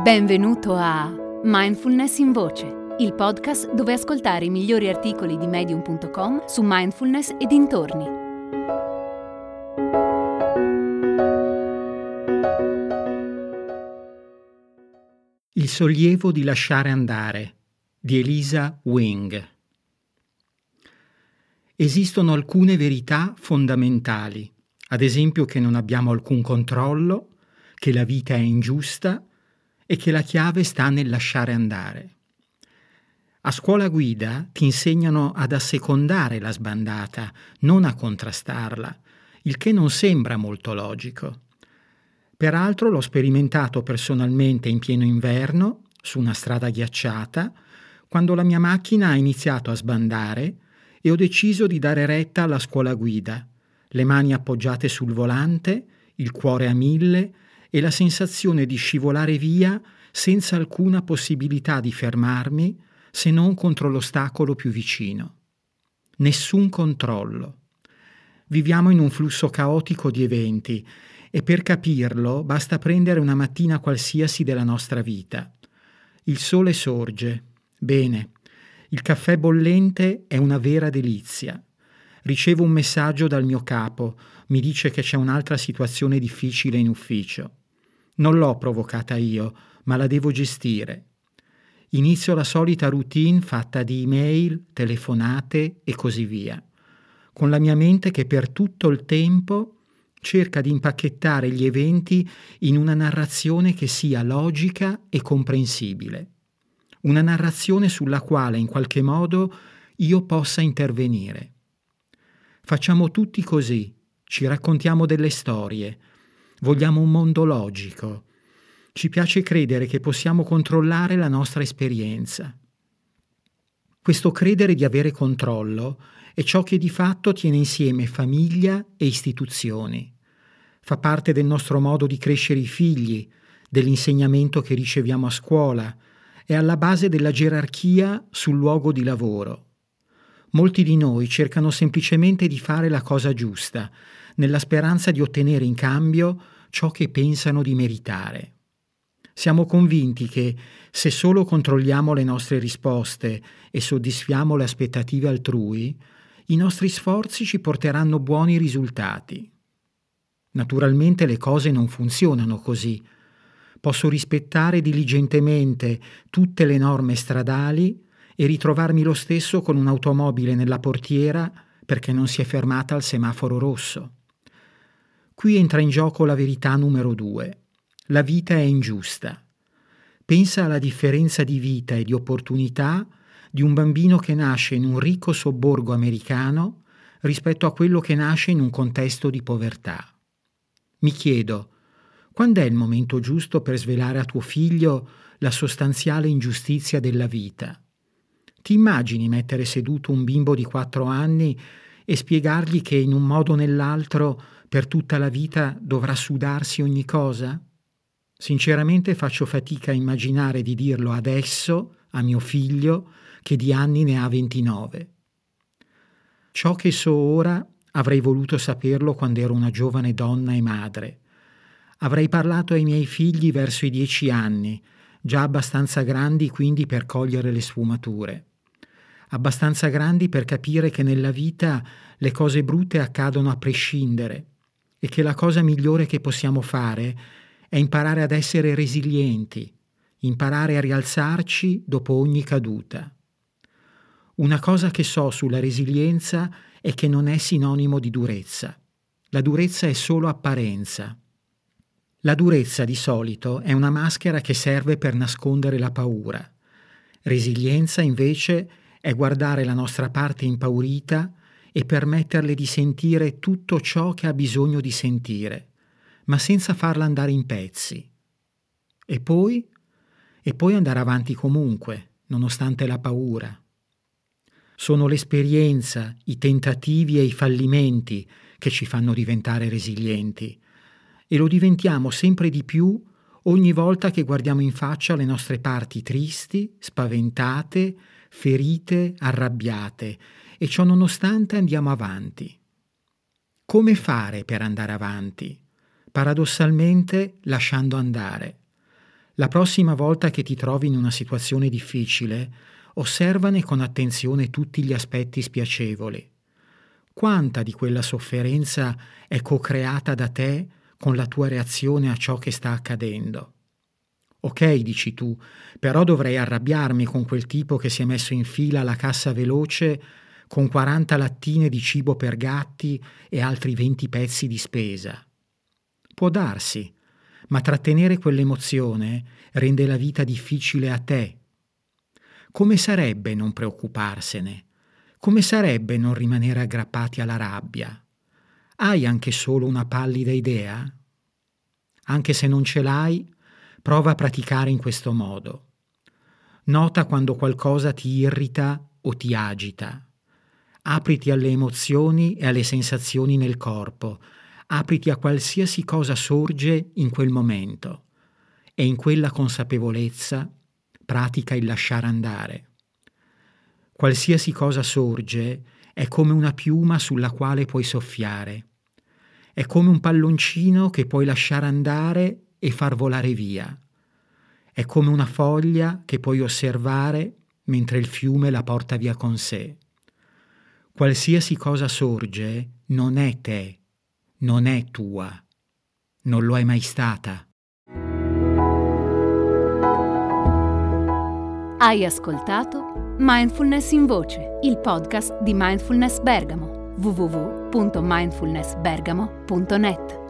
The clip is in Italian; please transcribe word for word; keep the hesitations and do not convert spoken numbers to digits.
Benvenuto a Mindfulness in Voce, il podcast dove ascoltare i migliori articoli di medium punto com su mindfulness e dintorni. Il sollievo di lasciare andare di Elisa Wing. Esistono alcune verità fondamentali, ad esempio che non abbiamo alcun controllo, che la vita è ingiusta e che la chiave sta nel lasciare andare. A scuola guida ti insegnano ad assecondare la sbandata, non a contrastarla, il che non sembra molto logico. Peraltro l'ho sperimentato personalmente in pieno inverno, su una strada ghiacciata, quando la mia macchina ha iniziato a sbandare e ho deciso di dare retta alla scuola guida, le mani appoggiate sul volante, il cuore a mille e la sensazione di scivolare via senza alcuna possibilità di fermarmi se non contro l'ostacolo più vicino. Nessun controllo. Viviamo in un flusso caotico di eventi e per capirlo basta prendere una mattina qualsiasi della nostra vita. Il sole sorge. Bene. Il caffè bollente è una vera delizia. Ricevo un messaggio dal mio capo, mi dice che c'è un'altra situazione difficile in ufficio. Non l'ho provocata io, ma la devo gestire. Inizio la solita routine fatta di email, telefonate e così via, con la mia mente che per tutto il tempo cerca di impacchettare gli eventi in una narrazione che sia logica e comprensibile. Una narrazione sulla quale in qualche modo io possa intervenire. Facciamo tutti così, ci raccontiamo delle storie, vogliamo un mondo logico, ci piace credere che possiamo controllare la nostra esperienza. Questo credere di avere controllo è ciò che di fatto tiene insieme famiglia e istituzioni. Fa parte del nostro modo di crescere i figli, dell'insegnamento che riceviamo a scuola, è alla base della gerarchia sul luogo di lavoro. Molti di noi cercano semplicemente di fare la cosa giusta, nella speranza di ottenere in cambio ciò che pensano di meritare. Siamo convinti che se solo controlliamo le nostre risposte e soddisfiamo le aspettative altrui, i nostri sforzi ci porteranno buoni risultati. Naturalmente le cose non funzionano così. Posso rispettare diligentemente tutte le norme stradali e ritrovarmi lo stesso con un'automobile nella portiera perché non si è fermata al semaforo rosso. Qui entra in gioco la verità numero due. La vita è ingiusta. Pensa alla differenza di vita e di opportunità di un bambino che nasce in un ricco sobborgo americano rispetto a quello che nasce in un contesto di povertà. Mi chiedo, quando è il momento giusto per svelare a tuo figlio la sostanziale ingiustizia della vita? Ti immagini mettere seduto un bimbo di quattro anni e spiegargli che in un modo o nell'altro per tutta la vita dovrà sudarsi ogni cosa? Sinceramente faccio fatica a immaginare di dirlo adesso a mio figlio che di anni ne ha ventinove. Ciò che so ora avrei voluto saperlo quando ero una giovane donna e madre. Avrei parlato ai miei figli verso i dieci anni, già abbastanza grandi quindi per cogliere le sfumature. Abbastanza grandi per capire che nella vita le cose brutte accadono a prescindere e che la cosa migliore che possiamo fare è imparare ad essere resilienti, imparare a rialzarci dopo ogni caduta. Una cosa che so sulla resilienza è che non è sinonimo di durezza. La durezza è solo apparenza. La durezza di solito è una maschera che serve per nascondere la paura. Resilienza invece è guardare la nostra parte impaurita e permetterle di sentire tutto ciò che ha bisogno di sentire, ma senza farla andare in pezzi. E poi? E poi andare avanti comunque, nonostante la paura. Sono l'esperienza, i tentativi e i fallimenti che ci fanno diventare resilienti. E lo diventiamo sempre di più ogni volta che guardiamo in faccia le nostre parti tristi, spaventate, ferite, arrabbiate, e ciò nonostante andiamo avanti. Come fare per andare avanti? Paradossalmente lasciando andare. La prossima volta che ti trovi in una situazione difficile, osservane con attenzione tutti gli aspetti spiacevoli. Quanta di quella sofferenza è co-creata da te con la tua reazione a ciò che sta accadendo? Ok, dici tu, però dovrei arrabbiarmi con quel tipo che si è messo in fila alla cassa veloce con quaranta lattine di cibo per gatti e altri venti pezzi di spesa. Può darsi, ma trattenere quell'emozione rende la vita difficile a te. Come sarebbe non preoccuparsene? Come sarebbe non rimanere aggrappati alla rabbia? Hai anche solo una pallida idea? Anche se non ce l'hai, prova a praticare in questo modo. Nota quando qualcosa ti irrita o ti agita. Apriti alle emozioni e alle sensazioni nel corpo. Apriti a qualsiasi cosa sorge in quel momento. E in quella consapevolezza pratica il lasciare andare. Qualsiasi cosa sorge è come una piuma sulla quale puoi soffiare. È come un palloncino che puoi lasciare andare e far volare via. È come una foglia che puoi osservare mentre il fiume la porta via con sé. Qualsiasi cosa sorge non è te, non è tua, non lo è mai stata. Hai ascoltato Mindfulness in Voce, il podcast di Mindfulness Bergamo, w w w punto mindfulness bergamo punto net.